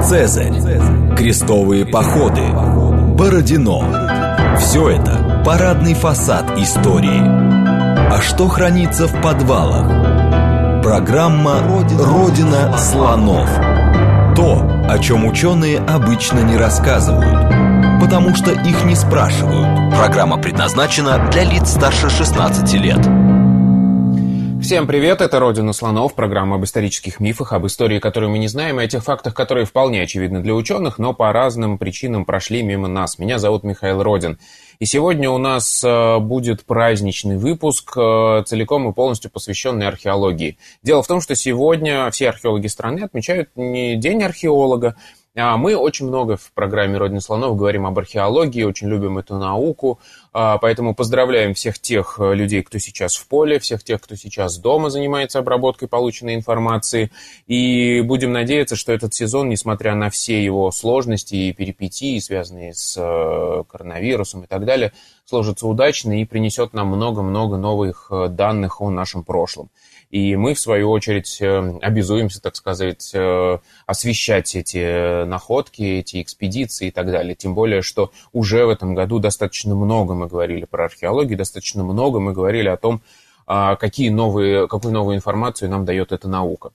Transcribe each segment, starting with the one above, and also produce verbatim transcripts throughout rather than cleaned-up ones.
Цезарь, крестовые походы, Бородино. Все это парадный фасад истории. А что хранится в подвалах? Программа «Родина слонов». То, о чем ученые обычно не рассказывают, потому что их не спрашивают. Программа предназначена для лиц старше шестнадцати лет. Всем привет, это «Родина слонов», программа об исторических мифах, об истории, которую мы не знаем, и о тех фактах, которые вполне очевидны для ученых, но по разным причинам прошли мимо нас. Меня зовут Михаил Родин. И сегодня у нас будет праздничный выпуск, целиком и полностью посвященный археологии. Дело в том, что сегодня все археологи страны отмечают не День археолога, а мы очень много в программе «Родина слонов» говорим об археологии, очень любим эту науку, поэтому поздравляем всех тех людей, кто сейчас в поле, всех тех, кто сейчас дома занимается обработкой полученной информации, и будем надеяться, что этот сезон, несмотря на все его сложности и перипетии, связанные с коронавирусом и так далее, сложится удачно и принесет нам много-много новых данных о нашем прошлом. И мы, в свою очередь, обязуемся, так сказать, освещать эти находки, эти экспедиции и так далее. Тем более, что уже в этом году достаточно много мы говорили про археологию, достаточно много мы говорили о том, какие новые, какую новую информацию нам дает эта наука.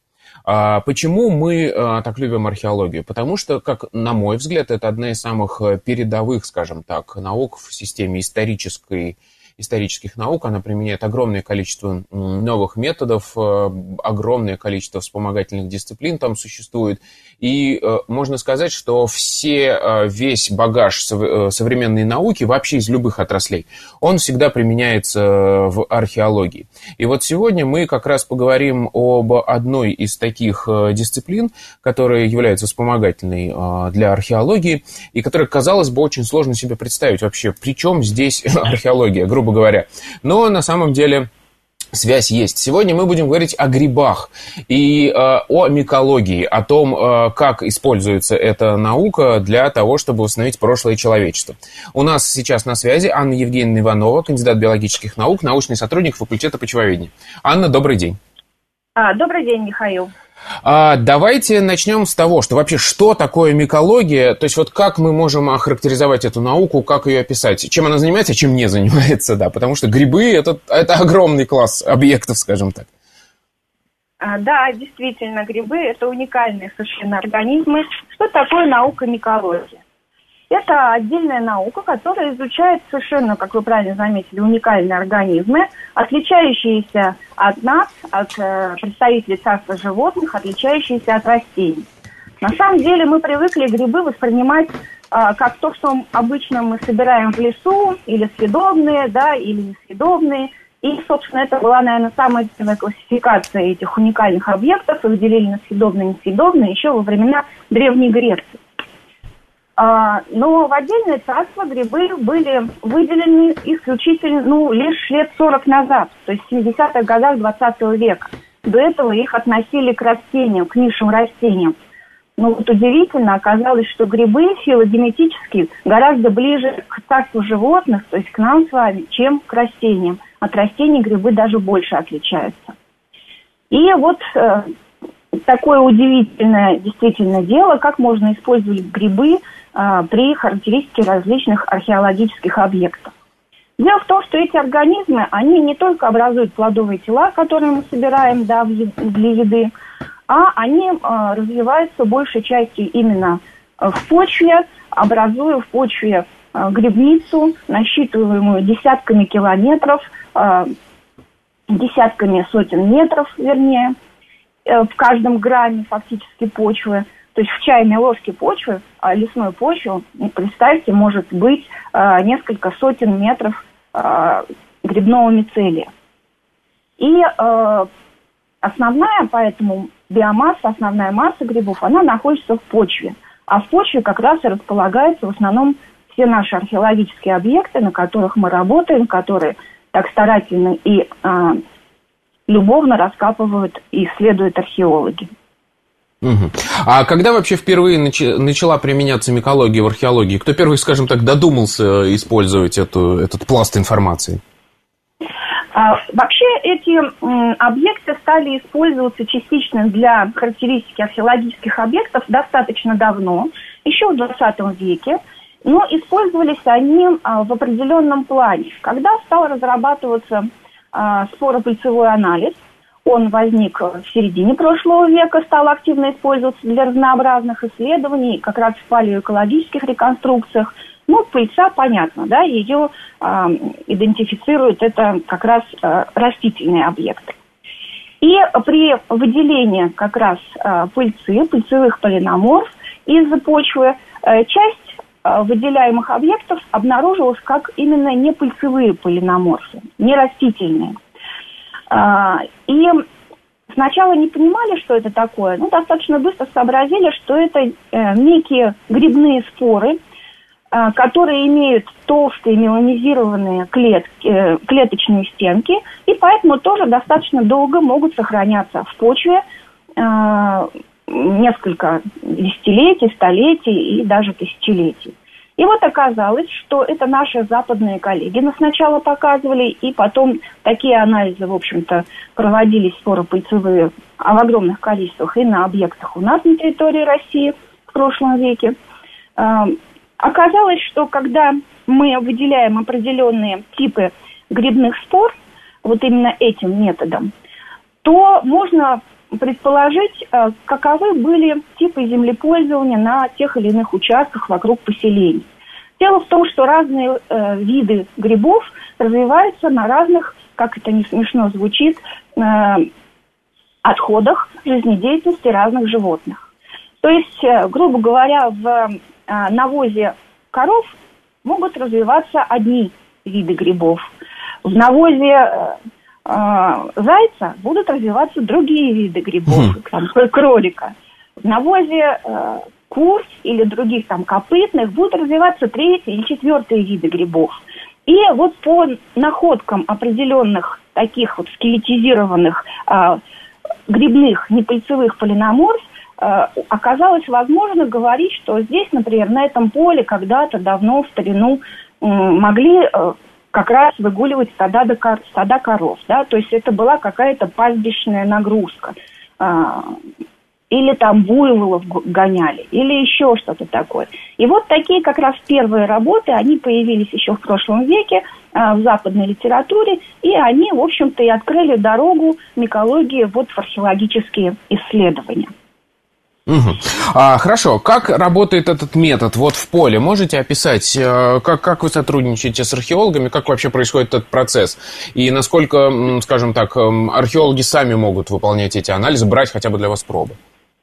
Почему мы так любим археологию? Потому что, как на мой взгляд, это одна из самых передовых, скажем так, наук в системе исторической исторических наук. Она применяет огромное количество новых методов, огромное количество вспомогательных дисциплин там существует. И можно сказать, что все, весь багаж современной науки, вообще из любых отраслей, он всегда применяется в археологии. И вот сегодня мы как раз поговорим об одной из таких дисциплин, которая является вспомогательной для археологии, и которая, казалось бы, очень сложно себе представить вообще, при чем здесь археология, грубо говоря. Но на самом деле связь есть. Сегодня мы будем говорить о грибах и э, о микологии, о том, э, как используется эта наука для того, чтобы восстановить прошлое человечества. У нас сейчас на связи Анна Евгеньевна Иванова, кандидат биологических наук, научный сотрудник факультета почвоведения. Анна, добрый день. А, добрый день, Михаил. А, давайте начнем с того, что вообще что такое микология, то есть вот как мы можем охарактеризовать эту науку, как ее описать, чем она занимается, а чем не занимается, да, потому что грибы это, это огромный класс объектов, скажем так. А, да, действительно, грибы это уникальные совершенно организмы. Что такое наука микология? Это отдельная наука, которая изучает совершенно, как вы правильно заметили, уникальные организмы, отличающиеся от нас, от э, представителей царства животных, отличающиеся от растений. На самом деле мы привыкли грибы воспринимать э, как то, что обычно мы собираем в лесу, или съедобные, да, или несъедобные. И, собственно, это была, наверное, самая первая классификация этих уникальных объектов. Их делили на съедобные и несъедобные еще во времена Древней Греции. Но в отдельное царство грибы были выделены исключительно ну, лишь лет сорок назад, то есть в семидесятых годах двадцатого века. До этого их относили к растениям, к низшим растениям. Но вот удивительно оказалось, что грибы филогенетически гораздо ближе к царству животных, то есть к нам с вами, чем к растениям. От растений грибы даже больше отличаются. И вот э, такое удивительное действительно дело, как можно использовать грибы при характеристике различных археологических объектов. Дело в том, что эти организмы, они не только образуют плодовые тела, которые мы собираем да, для еды, а они а, развиваются большей частью именно в почве, образуя в почве а, грибницу, насчитываемую десятками километров, а, десятками сотен метров, вернее, в каждом грамме фактически почвы. То есть в чайной ложке почвы, лесной почвы, представьте, может быть э, несколько сотен метров э, грибного мицелия. И э, основная, поэтому биомасса, основная масса грибов, она находится в почве. А в почве как раз и располагаются в основном все наши археологические объекты, на которых мы работаем, которые так старательно и э, любовно раскапывают и исследуют археологи. Угу. А когда вообще впервые начи- начала применяться микология в археологии? Кто первый, скажем так, додумался использовать эту, этот пласт информации? Вообще эти объекты стали использоваться частично для характеристики археологических объектов достаточно давно, еще в двадцатом веке, но использовались они в определенном плане. Когда стал разрабатываться споропыльцевой анализ, он возник в середине прошлого века, стал активно использоваться для разнообразных исследований, как раз в палеоэкологических реконструкциях. Ну, пыльца, понятно, да, ее э, идентифицируют, это как раз э, растительные объекты. И при выделении как раз э, пыльцы, пыльцевых полиноморф из почвы, э, часть э, выделяемых объектов обнаружилась как именно не пыльцевые полиноморфы, не растительные. Э, и сначала не понимали, что это такое, но достаточно быстро сообразили, что это э, некие грибные споры, которые имеют толстые меланизированные клетки, клеточные стенки, и поэтому тоже достаточно долго могут сохраняться в почве э, несколько десятилетий, столетий и даже тысячелетий. И вот оказалось, что это наши западные коллеги нас сначала показывали, и потом такие анализы, в общем-то, проводились споропыльцевые в огромных количествах и на объектах у нас на территории России в прошлом веке. Э, Оказалось, что когда мы выделяем определенные типы грибных спор, вот именно этим методом, то можно предположить, каковы были типы землепользования на тех или иных участках вокруг поселений. Дело в том, что разные э, виды грибов развиваются на разных, как это не смешно звучит, э, отходах жизнедеятельности разных животных. То есть, э, грубо говоря, в навозе коров могут развиваться одни виды грибов. В навозе э, э, зайца будут развиваться другие виды грибов, там, кролика. В навозе э, кур или других там копытных будут развиваться третьи и четвертые виды грибов. И вот по находкам определенных таких вот скелетизированных э, грибных непыльцевых полиноморф оказалось возможно говорить, что здесь, например, на этом поле когда-то давно в старину могли как раз выгуливать стада, стада коров, да, то есть это была какая-то пастбищная нагрузка. Или там буйволов гоняли, или еще что-то такое. И вот такие как раз первые работы, они появились еще в прошлом веке а, в западной литературе, и они, в общем-то, и открыли дорогу микологии вот в археологические исследования. Угу. А, хорошо, как работает этот метод вот в поле? Можете описать, как, как вы сотрудничаете с археологами, как вообще происходит этот процесс? И насколько, скажем так, археологи сами могут выполнять эти анализы, брать хотя бы для вас пробы?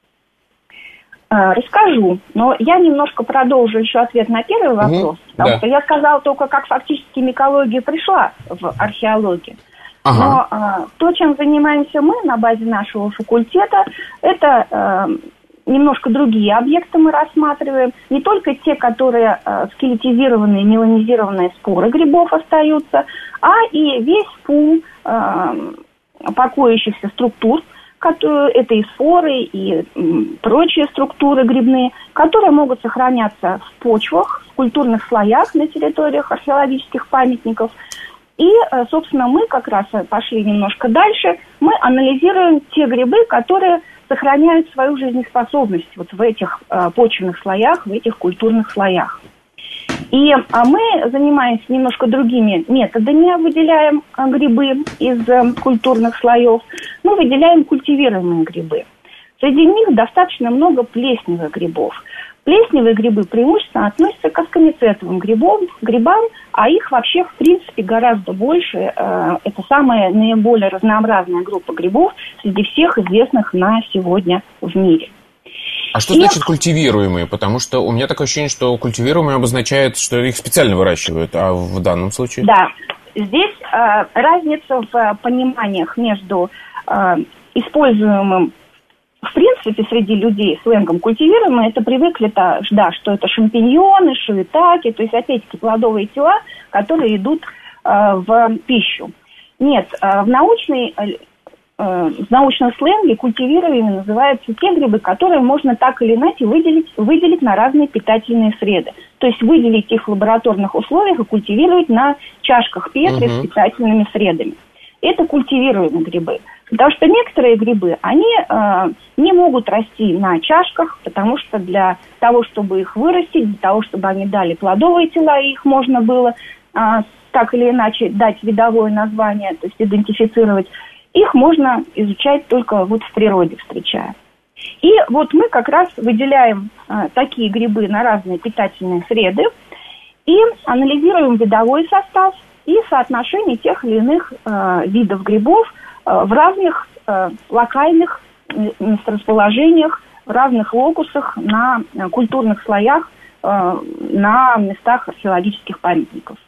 Расскажу, но я немножко продолжу еще ответ на первый вопрос, угу, потому да. что я сказала только, как фактически микология пришла в археологию. Ага. Но а, то, чем занимаемся мы на базе нашего факультета, это а, немножко другие объекты мы рассматриваем. Не только те, которые а, скелетизированные, меланизированные споры грибов остаются, а и весь пул а, покоящихся структур, это и споры, и прочие структуры грибные, которые могут сохраняться в почвах, в культурных слоях на территориях археологических памятников. И, собственно, мы как раз пошли немножко дальше. Мы анализируем те грибы, которые сохраняют свою жизнеспособность вот в этих почвенных слоях, в этих культурных слоях. И а мы занимаемся немножко другими методами, выделяем а, грибы из а, культурных слоев. Мы выделяем культивируемые грибы. Среди них достаточно много плесневых грибов. Плесневые грибы преимущественно относятся к аскомицетовым грибам, грибам, а их вообще в принципе гораздо больше. Э, это самая наиболее разнообразная группа грибов среди всех известных на сегодня в мире. А что и... значит культивируемые? Потому что у меня такое ощущение, что культивируемые обозначает, что их специально выращивают, а в данном случае? Да, здесь э, разница в пониманиях между э, используемым в принципе среди людей сленгом культивируемые, это привыкли-то, да, что это шампиньоны, шиитаки, то есть опять-таки плодовые тела, которые идут э, в пищу. Нет, э, в научной... В научном сленге культивируемыми называются те грибы, которые можно так или иначе выделить, выделить на разные питательные среды. То есть выделить их в лабораторных условиях и культивировать на чашках Петри uh-huh. с питательными средами. это культивируемые грибы. Потому что некоторые грибы, они э, не могут расти на чашках, потому что для того, чтобы их вырастить, для того, чтобы они дали плодовые тела, и их можно было э, так или иначе дать видовое название, то есть идентифицировать, их можно изучать только вот в природе, встречая. И вот мы как раз выделяем э, такие грибы на разные питательные среды и анализируем видовой состав и соотношение тех или иных э, видов грибов в разных э, локальных месторасположениях, в разных локусах, на культурных слоях, э, на местах археологических памятников.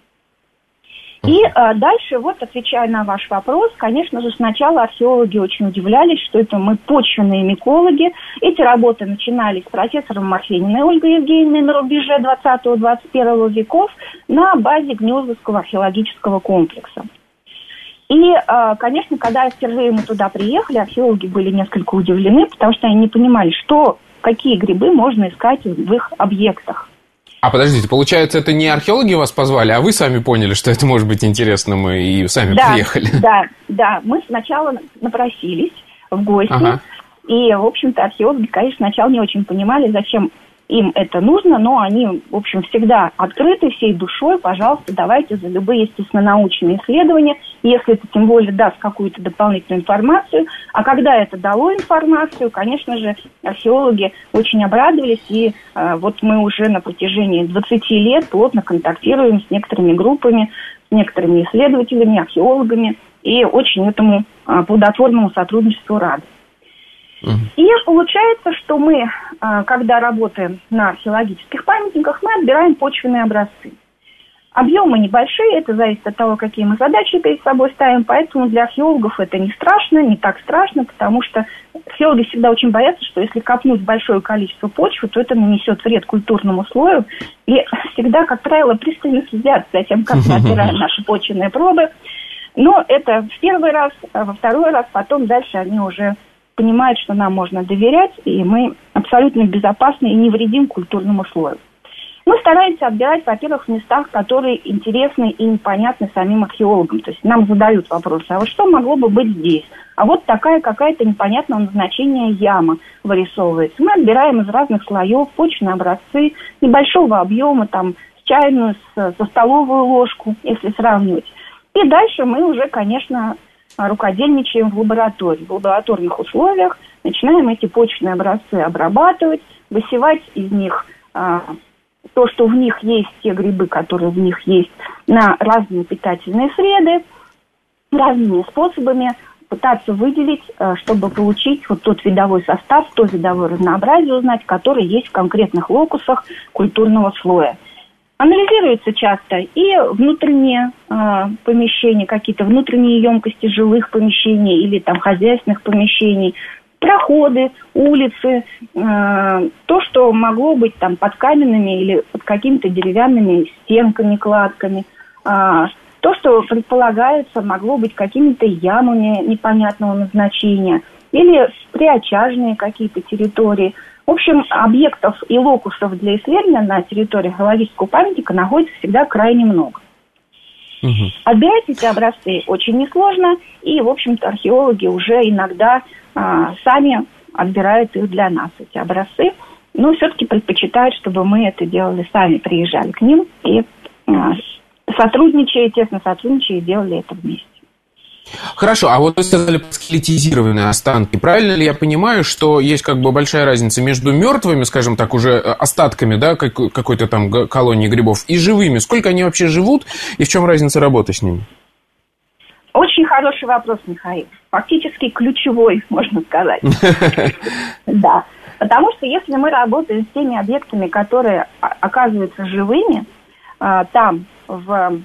И э, дальше, вот отвечая на ваш вопрос, конечно же, сначала археологи очень удивлялись, что это мы почвенные микологи. Эти работы начинались с профессором Морфениной Ольгой Евгеньевной на рубеже двадцатого-двадцать первого веков на базе Гнездовского археологического комплекса. И, конечно, когда впервые мы туда приехали, археологи были несколько удивлены, потому что они не понимали, что, какие грибы можно искать в их объектах. А подождите, получается, это не археологи вас позвали, а вы сами поняли, что это может быть интересным, и сами да, приехали? Да, да, мы сначала напросились в гости, ага. И, в общем-то, археологи, конечно, сначала не очень понимали, зачем им это нужно, но они, в общем, всегда открыты всей душой. Пожалуйста, давайте за любые естественно-научные исследования, если это тем более даст какую-то дополнительную информацию. А когда это дало информацию, конечно же, археологи очень обрадовались. И э, вот мы уже на протяжении двадцати лет плотно контактируем с некоторыми группами, с некоторыми исследователями, археологами. И очень этому э, плодотворному сотрудничеству рады. И получается, что мы, когда работаем на археологических памятниках, мы отбираем почвенные образцы. Объемы небольшие, это зависит от того, какие мы задачи перед собой ставим, поэтому для археологов это не страшно, не так страшно, потому что археологи всегда очень боятся, что если копнуть большое количество почвы, то это нанесет вред культурному слою, и всегда, как правило, пристально следят за тем, как мы отбираем наши почвенные пробы. Но это в первый раз, а во второй раз, потом дальше они уже понимают, что нам можно доверять, и мы абсолютно безопасны и не вредим культурному слою. Мы стараемся отбирать, во-первых, в местах, которые интересны и непонятны самим археологам. То есть нам задают вопросы, а вот что могло бы быть здесь? А вот такая какая-то непонятного назначения яма вырисовывается. Мы отбираем из разных слоев почвенные образцы небольшого объема, там, с чайную, с, со столовую ложку, если сравнивать. И дальше мы уже, конечно, рукодельничаем в лаборатории. В лабораторных условиях начинаем эти почвенные образцы обрабатывать, высевать из них а, то, что в них есть, те грибы, которые в них есть, на разные питательные среды, разными способами пытаться выделить, а, чтобы получить вот тот видовой состав, то видовое разнообразие узнать, которое есть в конкретных локусах культурного слоя. Анализируются часто и внутренние э, помещения, какие-то внутренние емкости жилых помещений или там хозяйственных помещений, проходы, улицы, э, то, что могло быть там под каменными или под какими-то деревянными стенками, кладками, э, то, что предполагается, могло быть какими-то ямами непонятного назначения или приочажные какие-то территории. В общем, объектов и локусов для исследования на территории археологического памятника находится всегда крайне много. Угу. Отбирать эти образцы очень несложно, и, в общем-то, археологи уже иногда а, сами отбирают их для нас, эти образцы, но все-таки предпочитают, чтобы мы это делали сами, приезжали к ним и а, сотрудничая, тесно сотрудничая, делали это вместе. Хорошо, а вот вы сказали скелетизированные останки. Правильно ли я понимаю, что есть как бы большая разница между мертвыми, скажем так, уже остатками, да, какой-то там колонии грибов, и живыми? Сколько они вообще живут, и в чем разница работы с ними? Очень хороший вопрос, Михаил. Фактически ключевой, можно сказать. Да. Потому что если мы работаем с теми объектами, которые оказываются живыми, там, в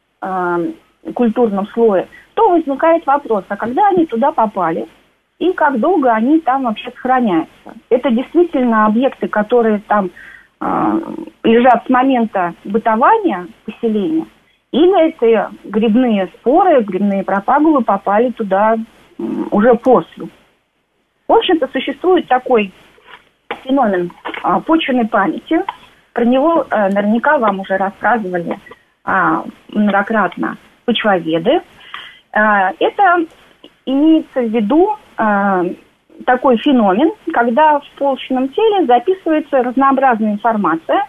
культурном слое, то возникает вопрос, а когда они туда попали и как долго они там вообще сохраняются? Это действительно объекты, которые там э, лежат с момента бытования поселения, или это грибные споры, грибные пропагулы попали туда э, уже после? В общем-то, существует такой феномен э, почвенной памяти. Про него э, наверняка вам уже рассказывали э, многократно почвоведы. Это имеется в виду такой феномен, когда в почвенном теле записывается разнообразная информация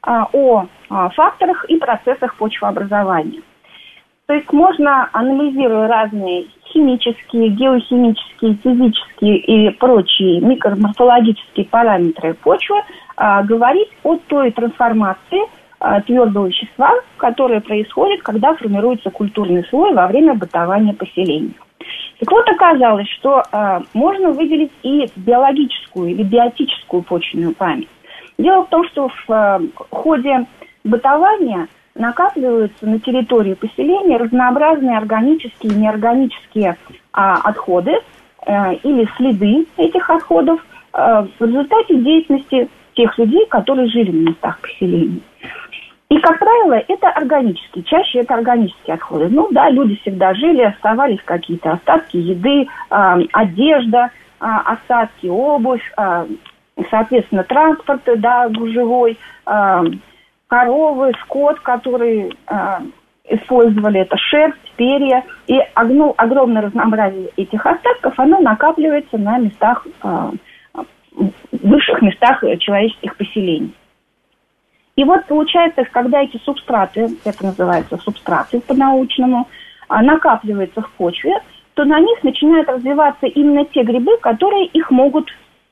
о факторах и процессах почвообразования. То есть можно, анализируя разные химические, геохимические, физические и прочие микроморфологические параметры почвы, говорить о той трансформации твердого вещества, которое происходит, когда формируется культурный слой во время бытования поселения. Так вот, оказалось, что э, можно выделить и биологическую или биотическую почвенную память. Дело в том, что в э, ходе бытования накапливаются на территории поселения разнообразные органические и неорганические э, отходы э, или следы этих отходов э, в результате деятельности тех людей, которые жили на местах поселения. И, как правило, это органические, чаще это органические отходы. Ну да, люди всегда жили, оставались какие-то остатки еды, э, одежда, э, остатки, обувь, э, соответственно, транспорт, да, гужевой, э, коровы, скот, которые э, использовали, это шерсть, перья. И огну, огромное разнообразие этих остатков, оно накапливается на местах, э, высших местах человеческих поселений. И вот получается, когда эти субстраты, это называется субстраты по-научному, накапливаются в почве, то на них начинают развиваться именно те грибы, которые их могут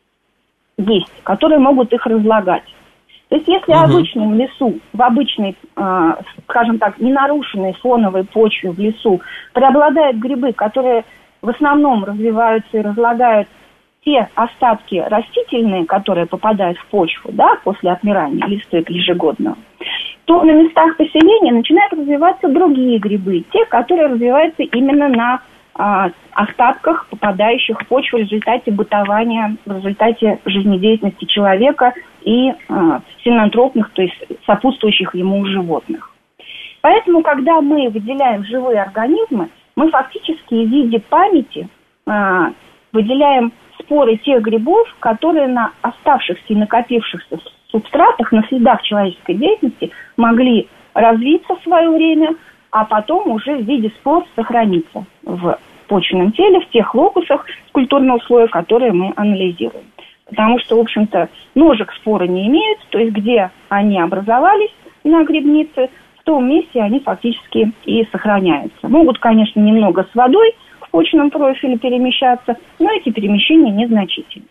есть, которые могут их разлагать. То есть если в обычном лесу, в обычной, скажем так, ненарушенной фоновой почве в лесу преобладают грибы, которые в основном развиваются и разлагают те остатки растительные, которые попадают в почву, да, после отмирания листвы ежегодного, то на местах поселения начинают развиваться другие грибы, те, которые развиваются именно на а, остатках, попадающих в почву в результате бытования, в результате жизнедеятельности человека и а, синантропных, то есть сопутствующих ему животных. Поэтому, когда мы выделяем живые организмы, мы фактически в виде памяти а, выделяем споры тех грибов, которые на оставшихся и накопившихся субстратах, на следах человеческой деятельности могли развиться в свое время, а потом уже в виде спор сохраниться в почвенном теле, в тех локусах культурного слоя, которые мы анализируем. Потому что, в общем-то, ножек споры не имеют, то есть где они образовались на грибнице, в том месте они фактически и сохраняются. Могут, конечно, немного с водой в почвенном профиле перемещаться, но эти перемещения незначительны.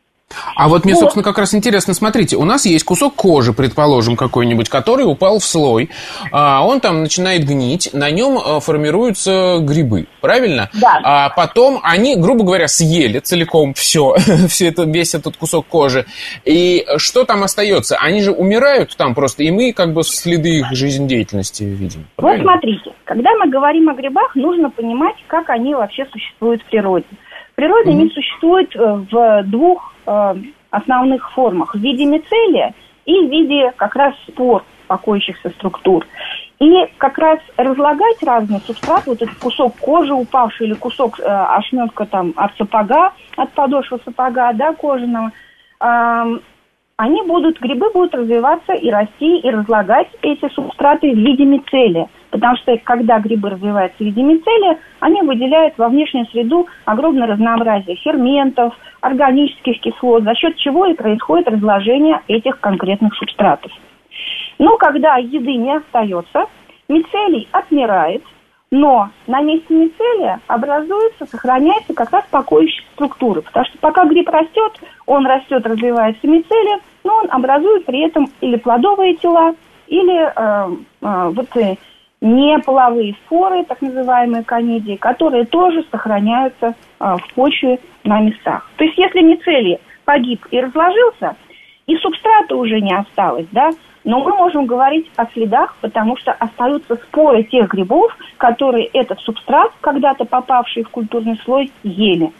А вот мне, собственно, как раз интересно, смотрите, у нас есть кусок кожи, предположим, какой-нибудь, который упал в слой, а он там начинает гнить, на нем формируются грибы, правильно? Да. А потом они, грубо говоря, съели целиком все, все это, весь этот кусок кожи. И что там остается? Они же умирают там просто, и мы как бы следы их жизнедеятельности видим. Правильно? Вот смотрите, когда мы говорим о грибах, нужно понимать, как они вообще существуют в природе. В природе mm-hmm. они существуют в двух основных формах, в виде мицелия и в виде как раз спор покоящихся структур. И как раз разлагать разные субстраты, вот этот кусок кожи упавший или кусок э, ошметка там от сапога, от подошвы сапога, да, кожаного, э, они будут, грибы будут развиваться и расти, и разлагать эти субстраты в виде мицелия. Потому что когда грибы развиваются в виде мицелия, они выделяют во внешнюю среду огромное разнообразие ферментов, органических кислот, за счет чего и происходит разложение этих конкретных субстратов. Но когда еды не остается, мицелий отмирает, но на месте мицелия образуется, сохраняется как раз покоящие структуры. Потому что пока гриб растет, он растет, развивается мицелия, но он образует при этом или плодовые тела, или э, э, вот э, неполовые споры, так называемые конидии, которые тоже сохраняются э, в почве на местах. То есть если мицелий погиб и разложился, и субстрата уже не осталось, да, но мы можем говорить о следах, потому что остаются споры тех грибов, которые этот субстрат, когда-то попавший в культурный слой, ели.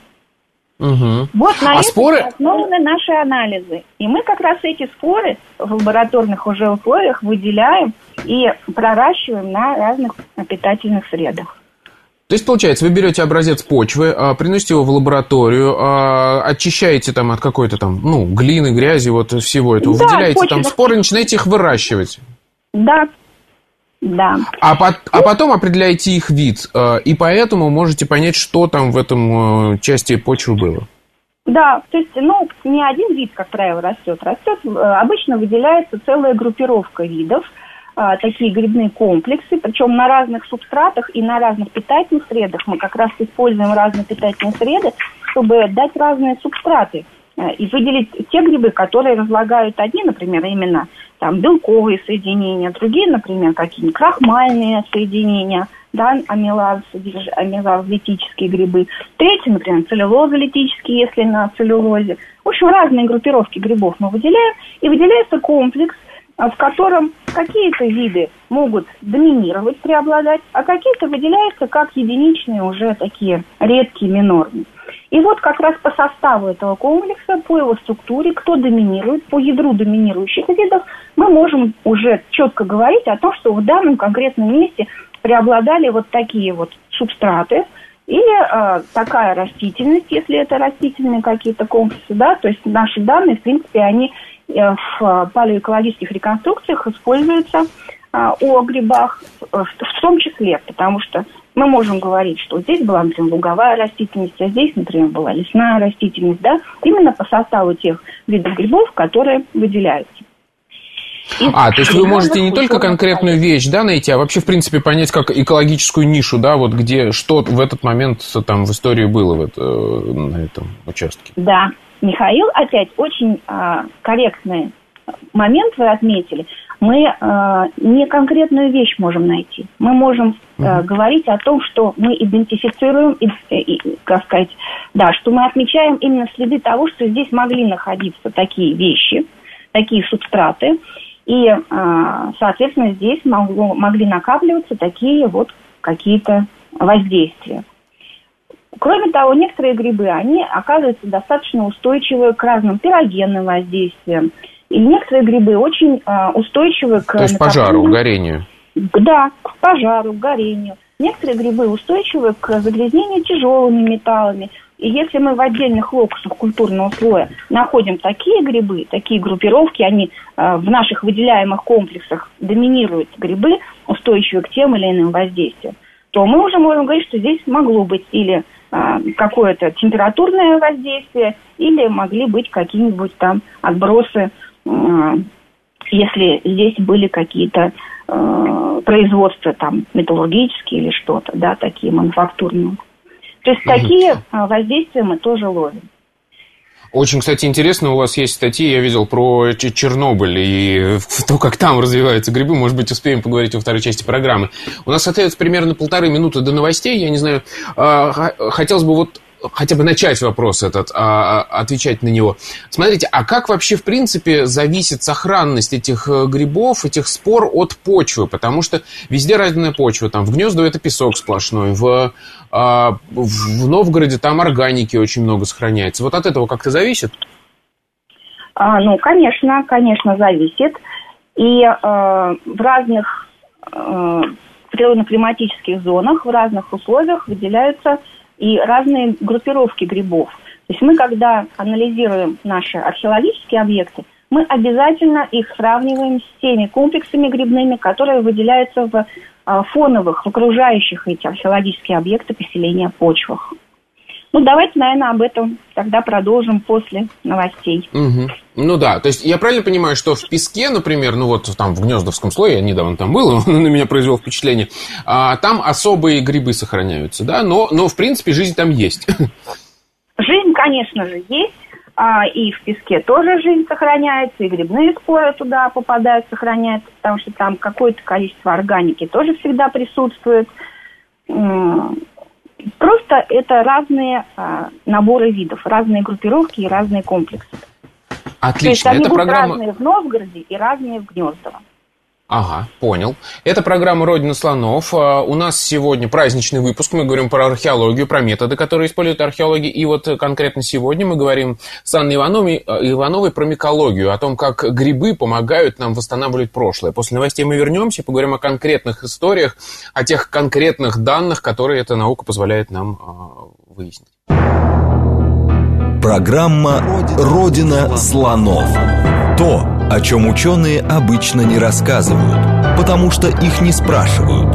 Угу. Вот на а этом споры... основаны наши анализы. И мы как раз эти споры в лабораторных уже условиях выделяем и проращиваем на разных питательных средах. То есть, получается, вы берете образец почвы, приносите его в лабораторию, очищаете там от какой-то там, ну, глины, грязи, вот всего этого, да, выделяете там споры и начинаете их выращивать. Да. Да. А, по, а потом определяете их вид, и поэтому можете понять, что там в этом части почвы было. Да, то есть, ну, не один вид, как правило, растет. Растет, обычно выделяется целая группировка видов, такие грибные комплексы, причем на разных субстратах и на разных питательных средах. Мы как раз используем разные питательные среды, чтобы дать разные субстраты и выделить те грибы, которые разлагают одни, например, именно там белковые соединения, другие, например, какие-нибудь крахмальные соединения, да, амилаз, амилазолитические грибы. Третий, например, целлюлозолитические, если на целлюлозе. В общем, разные группировки грибов мы выделяем, и выделяется комплекс, в котором какие-то виды могут доминировать, преобладать, а какие-то выделяются как единичные, уже такие редкие, минорные. И вот как раз по составу этого комплекса, по его структуре, кто доминирует, по ядру доминирующих видов, мы можем уже четко говорить о том, что в данном конкретном месте преобладали вот такие вот субстраты или э, такая растительность, если это растительные какие-то комплексы, да, то есть наши данные, в принципе, они э, в палеоэкологических реконструкциях используются э, о грибах, э, в том числе, потому что мы можем говорить, что здесь была, например, луговая растительность, а здесь, например, была лесная растительность, да, именно по составу тех видов грибов, которые выделяются. И а, то есть вы можете не только конкретную вещь, да, найти, а вообще, в принципе, понять, как экологическую нишу, да, вот где, что в этот момент там в истории было в это, на этом участке. Да, Михаил, опять очень а, корректный момент вы отметили. Мы а, не конкретную вещь можем найти. Мы можем а, говорить о том, что мы идентифицируем, и, и, как сказать, да, что мы отмечаем именно следы того, что здесь могли находиться такие вещи, такие субстраты. И, соответственно, здесь могло, могли накапливаться такие вот какие-то воздействия. Кроме того, некоторые грибы, они оказываются достаточно устойчивы к разным пирогенным воздействиям. И некоторые грибы очень устойчивы к... То есть пожару, горению. Да, к пожару, к горению. Некоторые грибы устойчивы к загрязнению тяжелыми металлами. И если мы в отдельных локусах культурного слоя находим такие грибы, такие группировки, они э, в наших выделяемых комплексах доминируют грибы, устойчивые к тем или иным воздействиям, то мы уже можем говорить, что здесь могло быть или э, какое-то температурное воздействие, или могли быть какие-нибудь там отбросы, э, если здесь были какие-то э, производства там металлургические или что-то, да, такие мануфактурные. То есть такие воздействия мы тоже ловим. Очень, кстати, интересно, у вас есть статьи, я видел, про Чернобыль и то, как там развиваются грибы. Может быть, успеем поговорить во второй части программы. У нас остается примерно полторы минуты до новостей. Я не знаю, хотелось бы вот хотя бы начать вопрос этот, а, отвечать на него. Смотрите, а как вообще, в принципе, зависит сохранность этих грибов, этих спор от почвы? Потому что везде разная почва. Там в Гнездово это песок сплошной, в, а, в Новгороде там органики очень много сохраняется. Вот от этого как-то зависит? А, ну, конечно, конечно, зависит. И а, в разных а, природно-климатических зонах, в разных условиях выделяются и разные группировки грибов. То есть мы, когда анализируем наши археологические объекты, мы обязательно их сравниваем с теми комплексами грибными, которые выделяются в а, фоновых, в окружающих эти археологические объекты поселения почвах. Ну, давайте, наверное, об этом тогда продолжим после новостей. Угу. Ну да, то есть я правильно понимаю, что в песке, например, ну вот там в Гнездовском слое, я недавно там был, он на меня произвел впечатление, а, там особые грибы сохраняются, да, но, но в принципе жизнь там есть. Жизнь, конечно же, есть, а, и в песке тоже жизнь сохраняется, и грибные споры туда попадают, сохраняются, потому что там какое-то количество органики тоже всегда присутствует. Просто это разные а, наборы видов, разные группировки и разные комплексы. Отлично. То есть они Это будут программа... разные в Новгороде и разные в Гнездово. Ага, понял. Это программа «Родина слонов». У нас сегодня праздничный выпуск. Мы говорим про археологию, про методы, которые используют археологи. И вот конкретно сегодня мы говорим с Анной Ивановой, Ивановой про микологию, о том, как грибы помогают нам восстанавливать прошлое. После новостей мы вернемся и поговорим о конкретных историях, о тех конкретных данных, которые эта наука позволяет нам э, выяснить. Программа «Родина слонов». То, о чем ученые обычно не рассказывают, потому что их не спрашивают.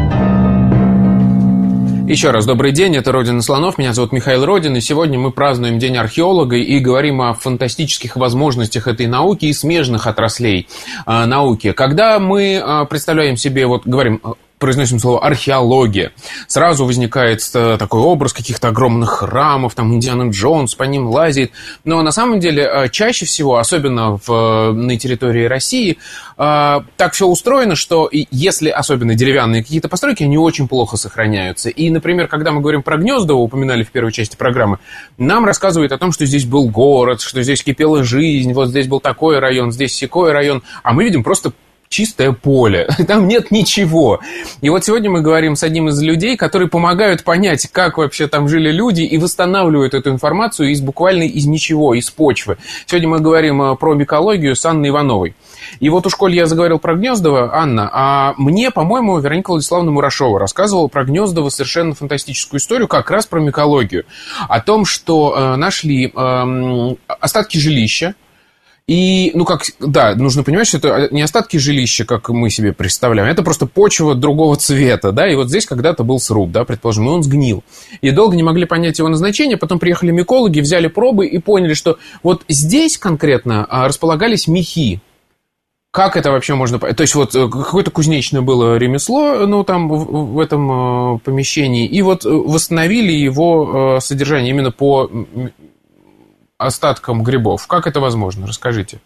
Еще раз добрый день, это «Родина слонов», меня зовут Михаил Родин, и сегодня мы празднуем День археолога и говорим о фантастических возможностях этой науки и смежных отраслей э, науки. Когда мы э, представляем себе, вот говорим... произносим слово «археология», сразу возникает такой образ каких-то огромных храмов, там Индиана Джонс по ним лазит. Но на самом деле чаще всего, особенно в, на территории России, так все устроено, что если особенно деревянные какие-то постройки, они очень плохо сохраняются. И, например, когда мы говорим про Гнездово, упоминали в первой части программы, нам рассказывают о том, что здесь был город, что здесь кипела жизнь, вот здесь был такой район, здесь сякой район, а мы видим просто чистое поле, там нет ничего. И вот сегодня мы говорим с одним из людей, которые помогают понять, как вообще там жили люди, и восстанавливают эту информацию из буквально из ничего, из почвы. Сегодня мы говорим про микологию с Анной Ивановой. И вот уж коль я заговорил про Гнездово, Анна, а мне, по-моему, Вероника Владиславовна Мурашова рассказывала про Гнездово совершенно фантастическую историю, как раз про микологию. О том, что э, нашли э, остатки жилища. И, ну, как, да, нужно понимать, что это не остатки жилища, как мы себе представляем, это просто почва другого цвета, да, и вот здесь когда-то был сруб, да, предположим, и он сгнил. И долго не могли понять его назначение, потом приехали микологи, взяли пробы и поняли, что вот здесь конкретно располагались мехи. Как это вообще можно понять? То есть вот какое-то кузнечное было ремесло, ну, там, в, в этом помещении, и вот восстановили его содержание именно по... остаткам грибов. Как это возможно? Расскажите.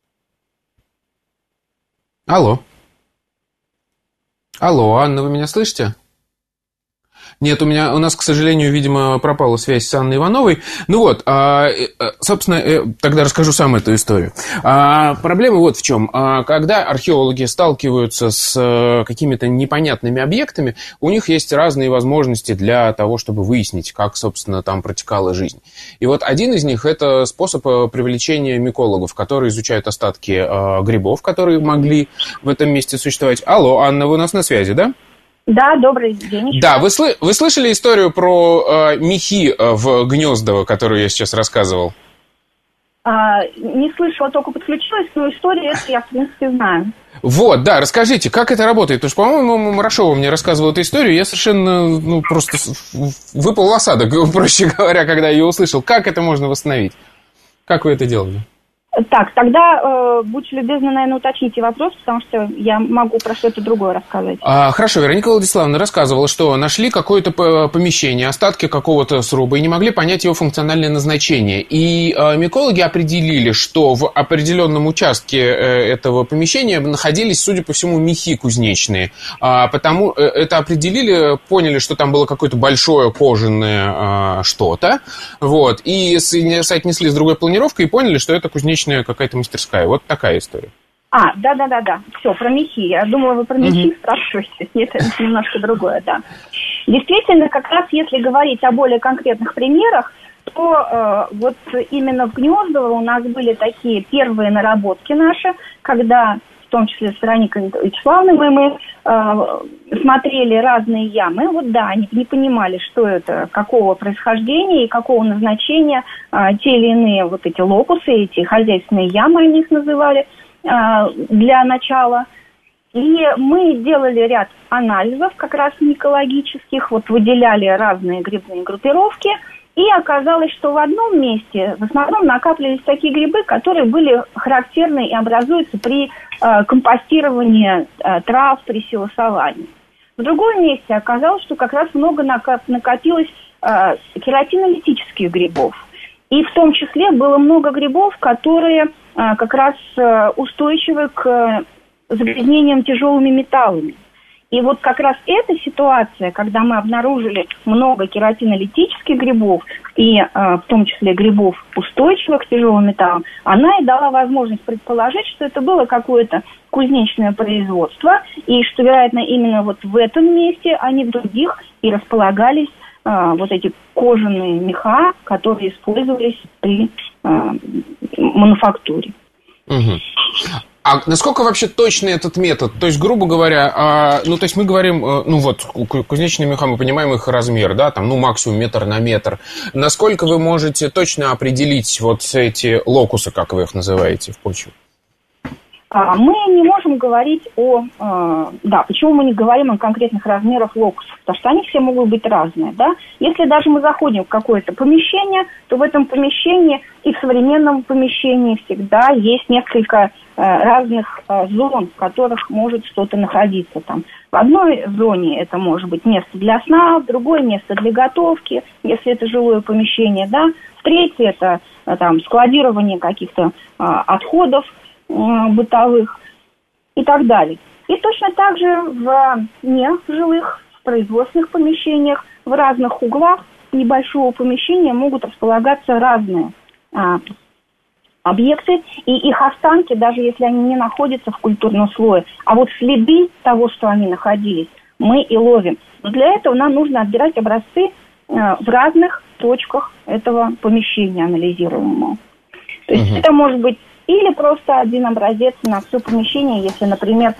Алло. Алло, Анна, вы меня слышите? Нет, у меня, у нас, к сожалению, видимо, пропала связь с Анной Ивановой. Ну вот, собственно, тогда расскажу сам эту историю. Проблема вот в чем. Когда археологи сталкиваются с какими-то непонятными объектами, у них есть разные возможности для того, чтобы выяснить, как, собственно, там протекала жизнь. И вот один из них – это способ привлечения микологов, которые изучают остатки грибов, которые могли в этом месте существовать. Алло, Анна, вы у нас на связи, да? Да, добрый день. Да, вы, сл- вы слышали историю про э, мехи в Гнездово, которую я сейчас рассказывал? А, не слышала, только подключилась, но историю эту я, в принципе, знаю. Вот, да, расскажите, как это работает? Потому что, по-моему, Мурашова мне рассказывала эту историю, я совершенно, ну, просто выпал в осадок, проще говоря, когда я ее услышал. Как это можно восстановить? Как вы это делали? Так, тогда э, будьте любезны, наверное, уточните вопрос, потому что я могу про что-то другое рассказать. А, хорошо, Вероника Владиславовна рассказывала, что нашли какое-то помещение, остатки какого-то сруба, и не могли понять его функциональное назначение. И э, микологи определили, что в определенном участке э, этого помещения находились, судя по всему, мехи кузнечные. А, потому э, это определили, поняли, что там было какое-то большое кожаное э, что-то, вот, и соотнесли с другой планировкой и поняли, что это кузнечная какая-то мастерская. Вот такая история. А, да-да-да-да. Все, про мехи. Я думала, вы про мехи mm-hmm. спрашиваете. Нет, это немножко другое, да. Действительно, как раз если говорить о более конкретных примерах, то э, вот именно в Гнездово у нас были такие первые наработки наши, когда, в том числе с Вероникой Вячеславовной, мы э, смотрели разные ямы. Вот да, они не понимали, что это, какого происхождения и какого назначения э, те или иные вот эти локусы, эти хозяйственные ямы, они их называли, э, для начала. И мы делали ряд анализов, как раз микологических, вот выделяли разные грибные группировки, и оказалось, что в одном месте в основном накапливались такие грибы, которые были характерны и образуются при э, компостировании э, трав, при силосовании. В другом месте оказалось, что как раз много накоп- накопилось э, кератинолитических грибов. И в том числе было много грибов, которые э, как раз э, устойчивы к э, загрязнениям тяжелыми металлами. И вот как раз эта ситуация, когда мы обнаружили много кератинолитических грибов, и э, в том числе грибов, устойчивых к тяжелым металлам, она и дала возможность предположить, что это было какое-то кузнечное производство, и что, вероятно, именно вот в этом месте, а не в других, и располагались э, вот эти кожаные меха, которые использовались при э, мануфактуре. Угу. А насколько вообще точный этот метод? То есть, грубо говоря, а, ну, то есть мы говорим, ну вот, кузнечные меха, мы понимаем их размер, да, там, ну, максимум метр на метр. Насколько вы можете точно определить вот эти локусы, как вы их называете, в почве? Мы не можем говорить о... Да, почему мы не говорим о конкретных размерах локусов? Потому что они все могут быть разные, да? Если даже мы заходим в какое-то помещение, то в этом помещении и в современном помещении всегда есть несколько разных зон, в которых может что-то находиться там. В одной зоне это может быть место для сна, в другой место для готовки, если это жилое помещение, да? В третьей это там складирование каких-то отходов бытовых и так далее. И точно так же в нежилых, в производственных помещениях, в разных углах небольшого помещения могут располагаться разные а, объекты, и их останки, даже если они не находятся в культурном слое, а вот следы того, что они находились, мы и ловим. Но для этого нам нужно отбирать образцы а, в разных точках этого помещения анализируемого. То есть угу. это может быть или просто один образец на все помещение, если, например,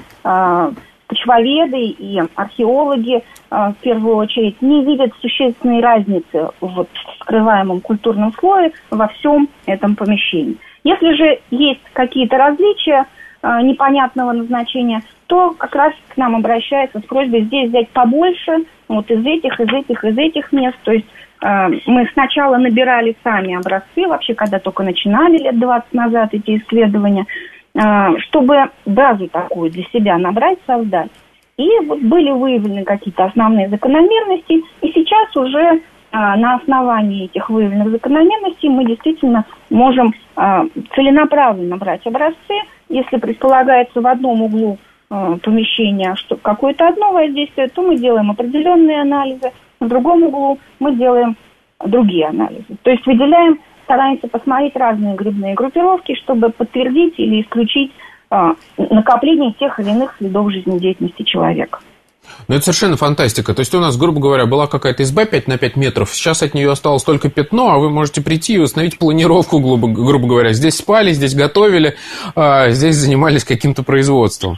почвоведы и археологи в первую очередь не видят существенной разницы в скрываемом культурном слое во всем этом помещении. Если же есть какие-то различия непонятного назначения, то как раз к нам обращаются с просьбой здесь взять побольше, вот из этих, из этих, из этих мест. То есть э, мы сначала набирали сами образцы, вообще когда только начинали лет двадцать назад эти исследования, э, чтобы базу такую для себя набрать, создать. И вот были выявлены какие-то основные закономерности, и сейчас уже э, на основании этих выявленных закономерностей мы действительно можем э, целенаправленно брать образцы. Если предполагается в одном углу помещения, что какое-то одно воздействие, то мы делаем определенные анализы, в другом углу мы делаем другие анализы. То есть выделяем, стараемся посмотреть разные грибные группировки, чтобы подтвердить или исключить а, накопление тех или иных следов жизнедеятельности человека. Ну, это совершенно фантастика. То есть у нас, грубо говоря, была какая-то изба пять на пять метров, сейчас от нее осталось только пятно, а вы можете прийти и установить планировку, грубо, грубо говоря. Здесь спали, здесь готовили, а здесь занимались каким-то производством.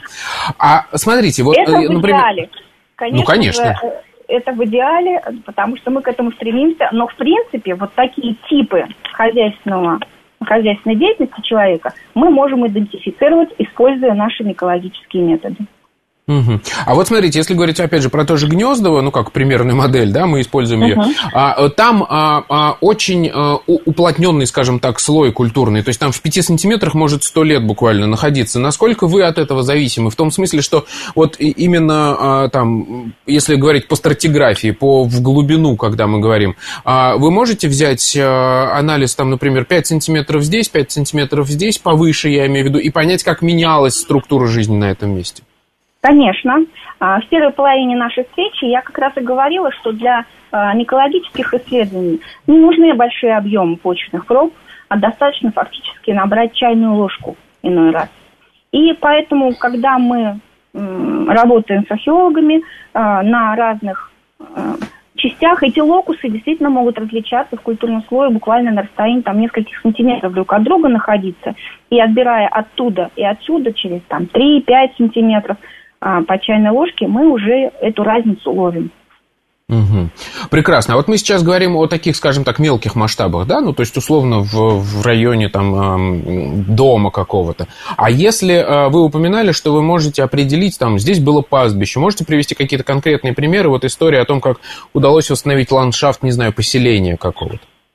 А смотрите, вот... Это в например... идеале. Конечно, ну, конечно. Же, это в идеале, потому что мы к этому стремимся. Но, в принципе, вот такие типы хозяйственного, хозяйственной деятельности человека мы можем идентифицировать, используя наши микологические методы. Угу. А вот смотрите, если говорить опять же про то же Гнездово, ну как примерную модель, да, мы используем ее, uh-huh. а, там а, а, очень а, уплотненный, скажем так, слой культурный, то есть там в пяти сантиметрах может сто лет буквально находиться. Насколько вы от этого зависимы? В том смысле, что вот именно а, там, если говорить по стратиграфии, по в глубину, когда мы говорим, а, вы можете взять а, анализ, там, например, пять сантиметров здесь, пять сантиметров здесь, повыше, я имею в виду, и понять, как менялась структура жизни на этом месте? Конечно. В первой половине нашей встречи я как раз и говорила, что для микологических исследований не нужны большие объемы почвенных проб, а достаточно фактически набрать чайную ложку иной раз. И поэтому, когда мы работаем с археологами на разных частях, эти локусы действительно могут различаться в культурном слое буквально на расстоянии там, нескольких сантиметров друг от друга находиться. И отбирая оттуда и отсюда через там, три-пять сантиметров по чайной ложке, мы уже эту разницу ловим. Угу. Прекрасно. А вот мы сейчас говорим о таких, скажем так, мелких масштабах, да, ну, то есть, условно, в, в районе там дома какого-то. А если вы упоминали, что вы можете определить, там, здесь было пастбище, можете привести какие-то конкретные примеры, вот история о том, как удалось восстановить ландшафт, не знаю, поселения какого-то?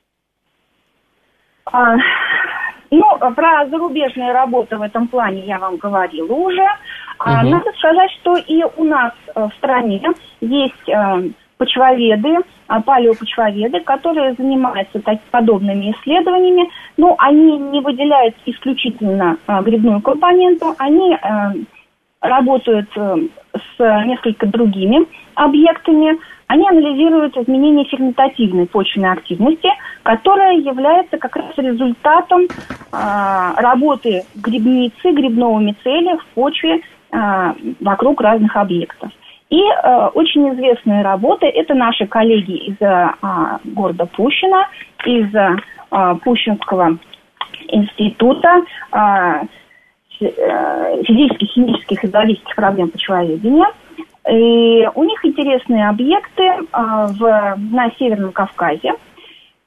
А, ну, про зарубежные работы в этом плане я вам говорила уже. А, угу. Надо сказать, что и у нас в стране есть почвоведы, палеопочвоведы, которые занимаются так, подобными исследованиями, но они не выделяют исключительно а, грибную компоненту, они а, работают а, с несколько другими объектами, они анализируют изменения ферментативной почвенной активности, которая является как раз результатом а, работы грибницы, грибного мицелия в почве а, вокруг разных объектов. И э, очень известные работы, это наши коллеги из э, города Пущино, из э, Пущинского института э, физических, химических и биологических проблем почвоведения. И у них интересные объекты э, в, на Северном Кавказе,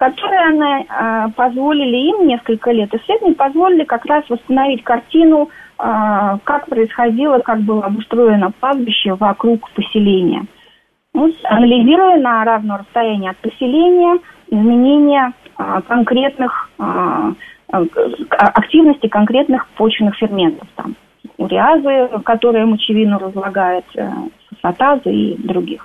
которые э, позволили им несколько лет исследований, позволили как раз восстановить картину как происходило, как было обустроено пастбище вокруг поселения. Ну, анализируя на равном расстоянии от поселения изменения конкретных активности конкретных почвенных ферментов, там, уреазы, которые мочевину разлагают, фосфатазы и других.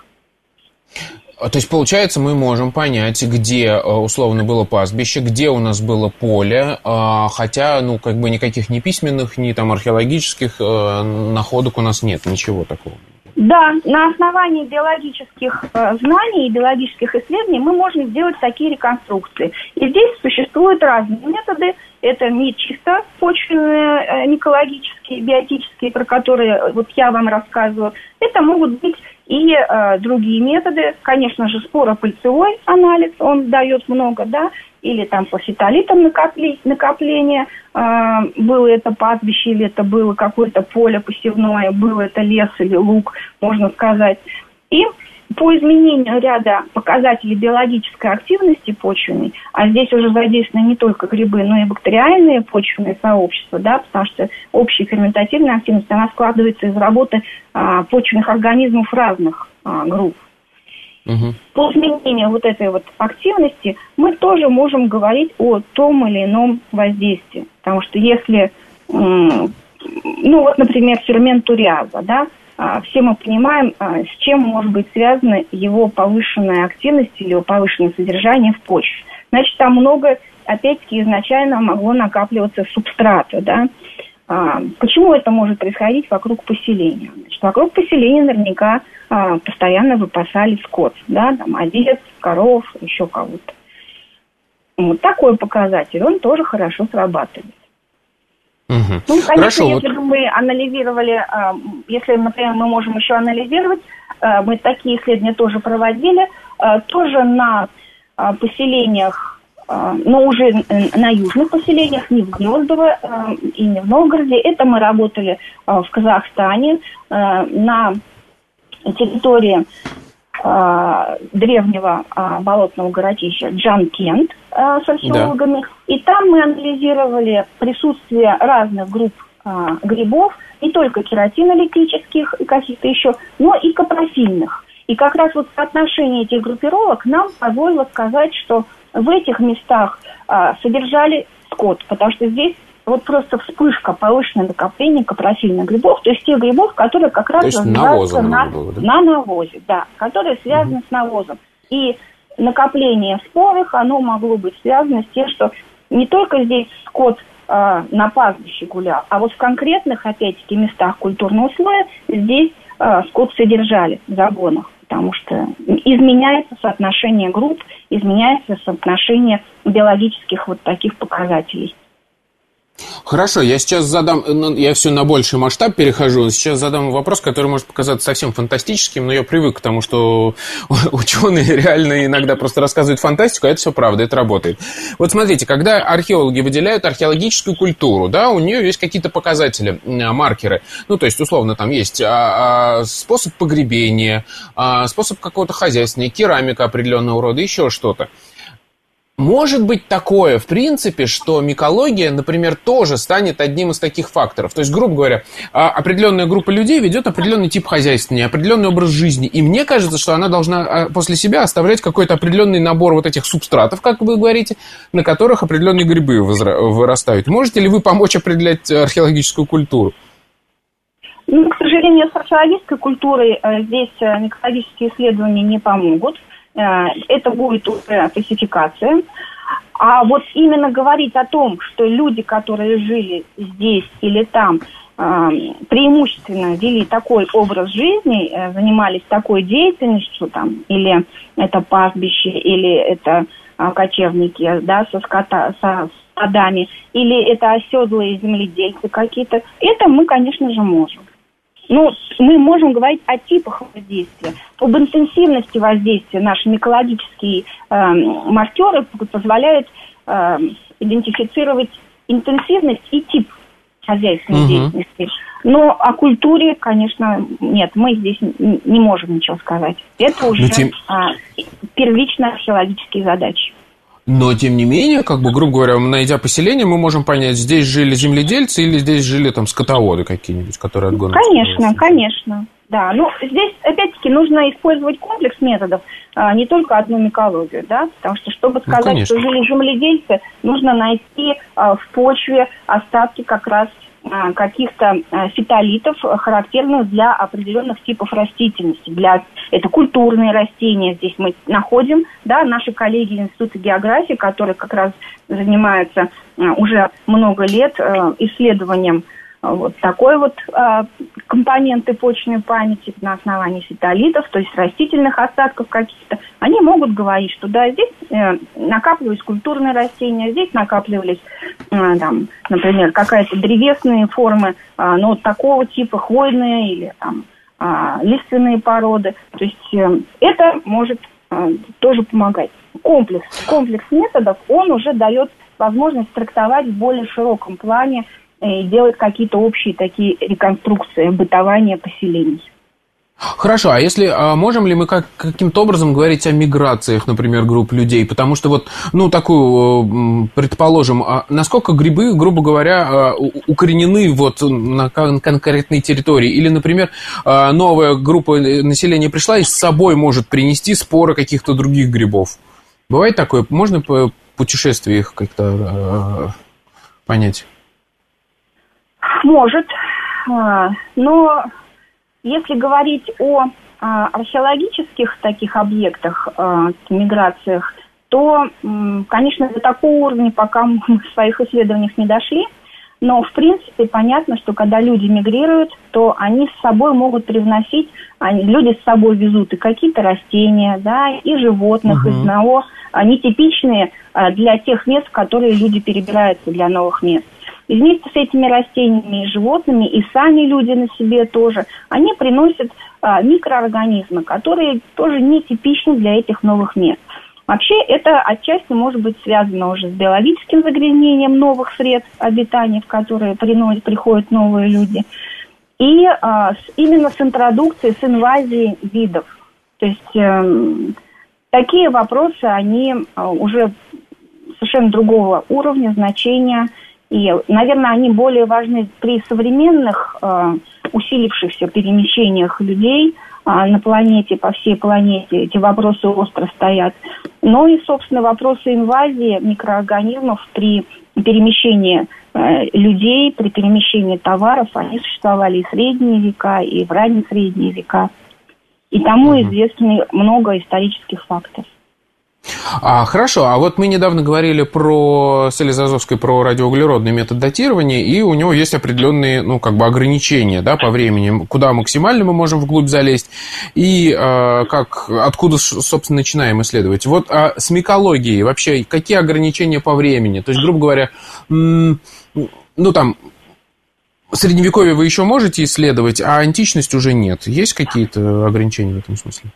То есть, получается, мы можем понять, где условно было пастбище, где у нас было поле, хотя, ну, как бы никаких ни письменных, ни там археологических находок у нас нет, ничего такого. Да, на основании биологических э, знаний и биологических исследований мы можем сделать такие реконструкции. И здесь существуют разные методы. Это не чисто почвенные, э, микологические, биотические, про которые вот я вам рассказываю. Это могут быть и э, другие методы. Конечно же, споропыльцевой анализ, он дает много, да, или там по фитолитам накопли, накопление, э, было это пастбище, или это было какое-то поле посевное, было это лес или луг, можно сказать. И по изменению ряда показателей биологической активности почвенной, а здесь уже задействованы не только грибы, но и бактериальные почвенные сообщества, да, потому что общая ферментативная активность, она складывается из работы а, почвенных организмов разных а, групп. Угу. По изменению вот этой вот активности мы тоже можем говорить о том или ином воздействии. Потому что если, ну вот, например, фермент уреаза, да, все мы понимаем, с чем может быть связана его повышенная активность или его повышенное содержание в почве. Значит, там много, опять-таки, изначально могло накапливаться субстрата, да. А, почему это может происходить вокруг поселения? Значит, вокруг поселения наверняка а, постоянно выпасали скот, да, там овец, коров, еще кого-то. Вот такой показатель, он тоже хорошо срабатывает. Угу. Ну, конечно, хорошо, если вот... бы мы анализировали, а, если, например, мы можем еще анализировать, а, мы такие исследования тоже проводили, а, тоже на а, поселениях, но уже на южных поселениях, не в Гнездово и не в Новгороде. Это мы работали в Казахстане, на территории древнего болотного городища Джанкент с археологами. Да. И там мы анализировали присутствие разных групп грибов, не только кератинолитических и каких-то еще, но и капрофильных. И как раз вот соотношение этих группировок нам позволило сказать, что в этих местах а, содержали скот, потому что здесь вот просто вспышка, повышенное накопление капрофильных грибов, то есть тех грибов, которые как раз развиваются на, было, да? на навозе, да, которые связаны угу. с навозом. И накопление в спорах, оно могло быть связано с тем, что не только здесь скот а, на пастбище гулял, а вот в конкретных, опять-таки, местах культурного слоя здесь а, скот содержали в загонах. Потому что изменяется соотношение групп, изменяется соотношение биологических вот таких показателей. Хорошо, я сейчас задам, я все на больший масштаб перехожу, сейчас задам вопрос, который может показаться совсем фантастическим, но я привык к тому, что ученые реально иногда просто рассказывают фантастику, а это все правда, это работает. Вот смотрите, когда археологи выделяют археологическую культуру, да, у нее есть какие-то показатели, маркеры, ну, то есть, условно, там есть а, а, способ погребения, а, способ какого-то хозяйственного, керамика определенного рода, еще что-то. Может быть такое, в принципе, что микология, например, тоже станет одним из таких факторов. То есть, грубо говоря, определенная группа людей ведет определенный тип хозяйствования, определенный образ жизни. И мне кажется, что она должна после себя оставлять какой-то определенный набор вот этих субстратов, как вы говорите, на которых определенные грибы вырастают. Можете ли вы помочь определять археологическую культуру? Ну, к сожалению, с археологической культурой здесь микологические исследования не помогут. Это будет уже классификация. А вот именно говорить о том, что люди, которые жили здесь или там, преимущественно вели такой образ жизни, занимались такой деятельностью, там, или это пастбище, или это кочевники, да, со, скота, со стадами, или это оседлые земледельцы какие-то, это мы, конечно же, можем. Ну, мы можем говорить о типах воздействия. Об интенсивности воздействия наши микологические э, маркеры позволяют э, идентифицировать интенсивность и тип хозяйственной угу. деятельности. Но о культуре, конечно, нет, мы здесь не можем ничего сказать. Это уже тем... э, первичные археологические задачи. Но, тем не менее, как бы, грубо говоря, найдя поселение, мы можем понять, здесь жили земледельцы или здесь жили там скотоводы какие-нибудь, которые отгонят. Конечно, конечно, да. Ну, здесь, опять-таки, нужно использовать комплекс методов, а не только одну микологию, да, потому что, чтобы сказать, ну, что жили земледельцы, нужно найти а, в почве остатки как раз каких-то фитолитов, характерных для определенных типов растительности. Для, это культурные растения здесь мы находим, да, наши коллеги Института географии, которые как раз занимаются уже много лет исследованием вот такой вот а, компоненты почвенной памяти на основании фитолитов, то есть растительных остатков каких-то, они могут говорить, что да, здесь э, накапливались культурные растения, здесь накапливались, э, там, например, какая-то древесные формы, э, ну, такого типа, хвойные или там э, лиственные породы. То есть э, это может э, тоже помогать. Комплекс, комплекс методов, он уже дает возможность трактовать в более широком плане и делать какие-то общие такие реконструкции бытования поселений. Хорошо, а если а можем ли мы как, каким-то образом говорить о миграциях, например, групп людей? Потому что вот, ну, такую, предположим, насколько грибы, грубо говоря, укоренены вот на конкретной территории? Или, например, новая группа населения пришла и с собой может принести споры каких-то других грибов? Бывает такое? Можно по путешествии их как-то понять? Может, но если говорить о археологических таких объектах, миграциях, то, конечно, до такого уровня пока мы в своих исследованиях не дошли, но, в принципе, понятно, что когда люди мигрируют, то они с собой могут привносить, они, люди с собой везут и какие-то растения, да, и животных, uh-huh. из одного, нетипичные для тех мест, в которые люди перебираются для новых мест. И вместе с этими растениями и животными, и сами люди на себе тоже, они приносят а, микроорганизмы, которые тоже нетипичны для этих новых мест. Вообще это отчасти может быть связано уже с биологическим загрязнением новых сред обитания, в которые приносят, приходят новые люди, и а, с, именно с интродукцией, с инвазией видов. То есть э, такие вопросы, они а, уже совершенно другого уровня, значения. И, наверное, они более важны при современных э, усилившихся перемещениях людей э, на планете, по всей планете. Эти вопросы остро стоят. Но и, собственно, вопросы инвазии микроорганизмов при перемещении э, людей, при перемещении товаров, они существовали и в средние века, и в ранние средние века. И тому известно много исторических фактов. А, хорошо, а вот мы недавно говорили про с Элей Зазовской про радиоуглеродный метод датирования, и у него есть определенные, ну, как бы ограничения, да, по времени, куда максимально мы можем вглубь залезть, и э, как, откуда, собственно, начинаем исследовать. Вот а с микологией вообще какие ограничения по времени? То есть, грубо говоря, м- ну, там, средневековье вы еще можете исследовать, а античность уже нет. Есть какие-то ограничения в этом смысле?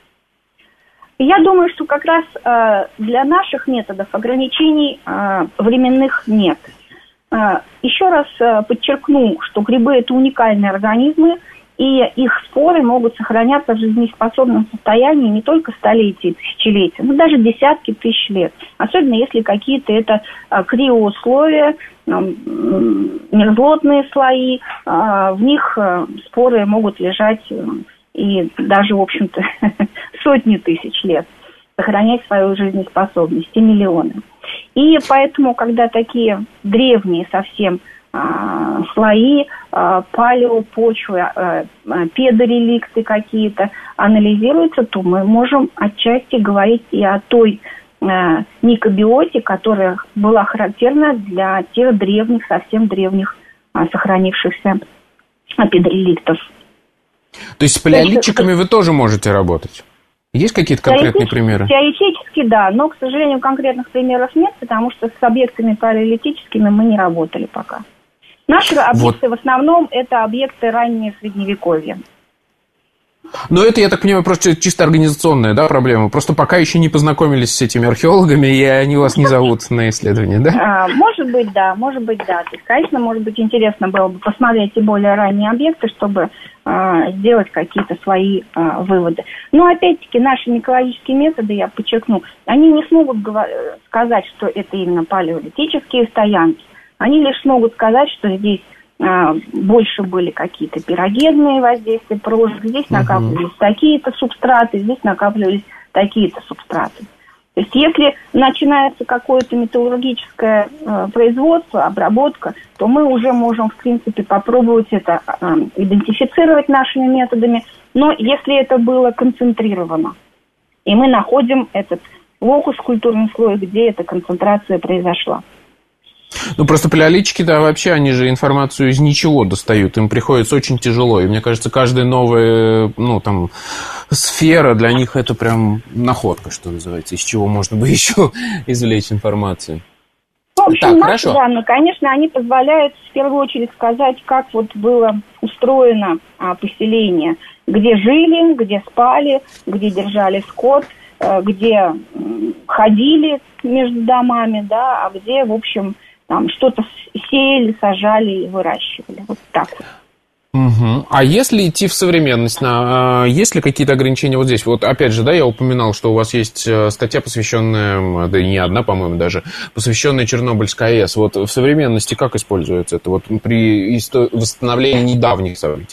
Я думаю, что как раз э, для наших методов ограничений э, временных нет. Э, еще раз э, подчеркну, что грибы – это уникальные организмы, и их споры могут сохраняться в жизнеспособном состоянии не только столетия и тысячелетия, но даже десятки тысяч лет. Особенно если какие-то это э, криоусловия, э, мерзлотные слои, э, в них э, споры могут лежать э, и даже, в общем-то, сотни тысяч лет, сохранять свою жизнеспособность, и миллионы. И поэтому, когда такие древние совсем а, слои, а, палеопочвы, а, педореликты какие-то анализируются, то мы можем отчасти говорить и о той а, микробиоте, которая была характерна для тех древних, совсем древних а, сохранившихся педореликтов. То есть с палеолитчиками вы тоже можете работать? Есть какие-то конкретные примеры? Теоретически, да, но, к сожалению, конкретных примеров нет, потому что с объектами палеолитическими мы не работали пока. Наши объекты вот. В основном это объекты раннего Средневековья. Но это, я так понимаю, просто чисто организационная, да, проблема? Просто пока еще не познакомились с этими археологами, и они вас не зовут на исследование, да? Может быть, да, может быть, да. То есть, конечно, может быть, интересно было бы посмотреть и более ранние объекты, чтобы сделать какие-то свои выводы. Но, опять-таки, наши микрологические методы, я подчеркну, они не смогут сказать, что это именно палеолитические стоянки. Они лишь смогут сказать, что здесь больше были какие-то пирогенные воздействия прожиг, здесь накапливались uh-huh. такие-то субстраты, здесь накапливались такие-то субстраты. То есть если начинается какое-то металлургическое э, производство, обработка, то мы уже можем, в принципе, попробовать это э, идентифицировать нашими методами, но если это было концентрировано, и мы находим этот локус, культурный слой, где эта концентрация произошла. Ну, просто палеолитчики, да, вообще, они же информацию из ничего достают, им приходится очень тяжело, и мне кажется, каждая новая, ну, там, сфера для них это прям находка, что называется, из чего можно бы еще извлечь информацию. Ну, в общем, так, хорошо. Да, но, конечно, они позволяют в первую очередь сказать, как вот было устроено а, поселение, где жили, где спали, где держали скот, а, где м, ходили между домами, да, а где, в общем, там что-то сеяли, сажали и выращивали. Вот так вот. Угу. А если идти в современность, на, есть ли какие-то ограничения вот здесь? Вот опять же, да, я упоминал, что у вас есть статья, посвященная, да и не одна, по-моему, даже, посвященная Чернобыльской АЭС. Вот в современности как используется это вот при исто- восстановлении недавних событий?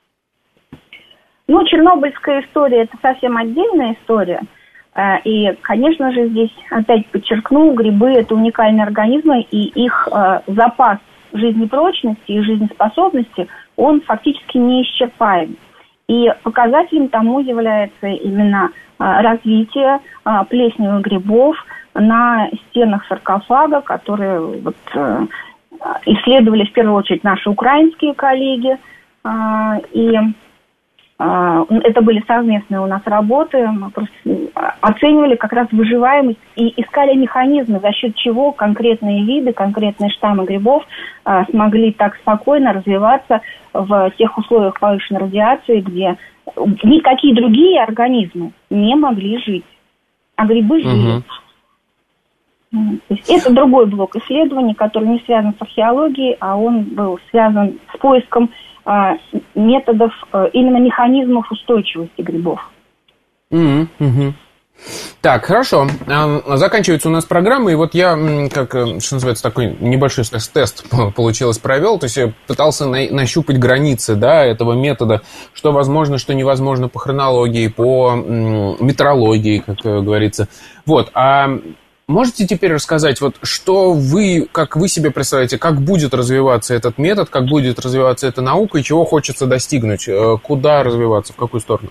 Ну, Чернобыльская история – это совсем отдельная история. И, конечно же, здесь опять подчеркну, грибы – это уникальные организмы, и их э, запас жизнепрочности и жизнеспособности, он фактически неисчерпаем. И показателем тому является именно э, развитие э, плесневых грибов на стенах саркофага, которые вот, э, исследовали в первую очередь наши украинские коллеги. Э, и Это были совместные у нас работы, мы просто оценивали как раз выживаемость и искали механизмы, за счет чего конкретные виды, конкретные штаммы грибов а, смогли так спокойно развиваться в тех условиях повышенной радиации, где никакие другие организмы не могли жить, а грибы жили. Угу. То есть это другой блок исследований, который не связан с археологией, а он был связан с поиском методов, именно механизмов устойчивости грибов. Mm-hmm. Mm-hmm. Так, хорошо. Заканчивается у нас программа, и вот я, как, что называется, такой небольшой тест получилось провел, то есть я пытался на, нащупать границы, да, этого метода, что возможно, что невозможно по хронологии, по метрологии, как говорится. Вот, а можете теперь рассказать, вот что вы, как вы себе представляете, как будет развиваться этот метод, как будет развиваться эта наука и чего хочется достигнуть, куда развиваться, в какую сторону?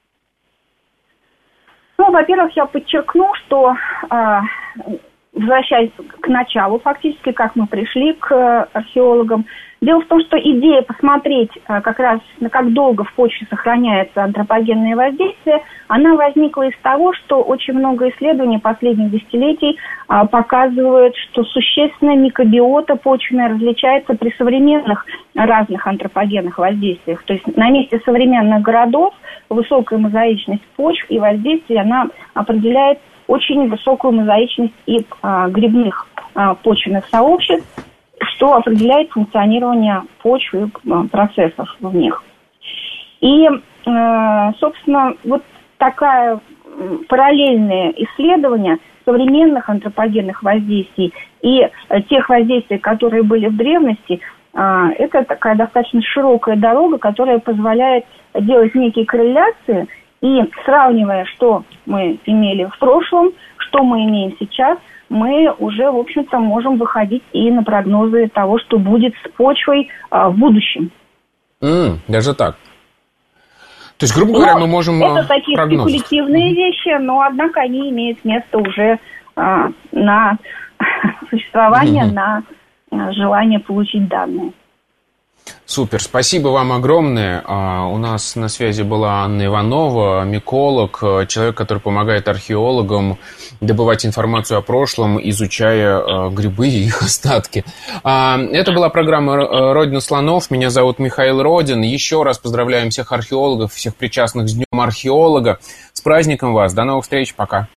Ну, во-первых, я подчеркну, что, э, возвращаясь к началу, фактически, как мы пришли к археологам, дело в том, что идея посмотреть э, как раз, как долго в почве сохраняется антропогенное воздействие, она возникла из того, что очень много исследований последних десятилетий э, показывают, что существенно микробиота почвенная различается при современных разных антропогенных воздействиях. То есть на месте современных городов высокая мозаичность почв и воздействие, она определяет очень высокую мозаичность и а, грибных а, почвенных сообществ, что определяет функционирование почв и а, процессов в них. И, а, собственно, вот такое параллельное исследование современных антропогенных воздействий и а, тех воздействий, которые были в древности, а, это такая достаточно широкая дорога, которая позволяет делать некие корреляции и, сравнивая, что мы имели в прошлом, что мы имеем сейчас, мы уже, в общем-то, можем выходить и на прогнозы того, что будет с почвой а, в будущем. Mm, даже так. То есть, грубо говоря, но мы можем это такие прогноз. Спекулятивные mm-hmm. вещи, но, однако, они имеют место уже а, на существование, mm-hmm. на а, желание получить данные. Супер, спасибо вам огромное. У нас на связи была Анна Иванова, миколог, человек, который помогает археологам добывать информацию о прошлом, изучая грибы и их остатки. Это была программа «Родина слонов». Меня зовут Михаил Родин. Еще раз поздравляем всех археологов, всех причастных с Днем археолога. С праздником вас. До новых встреч. Пока.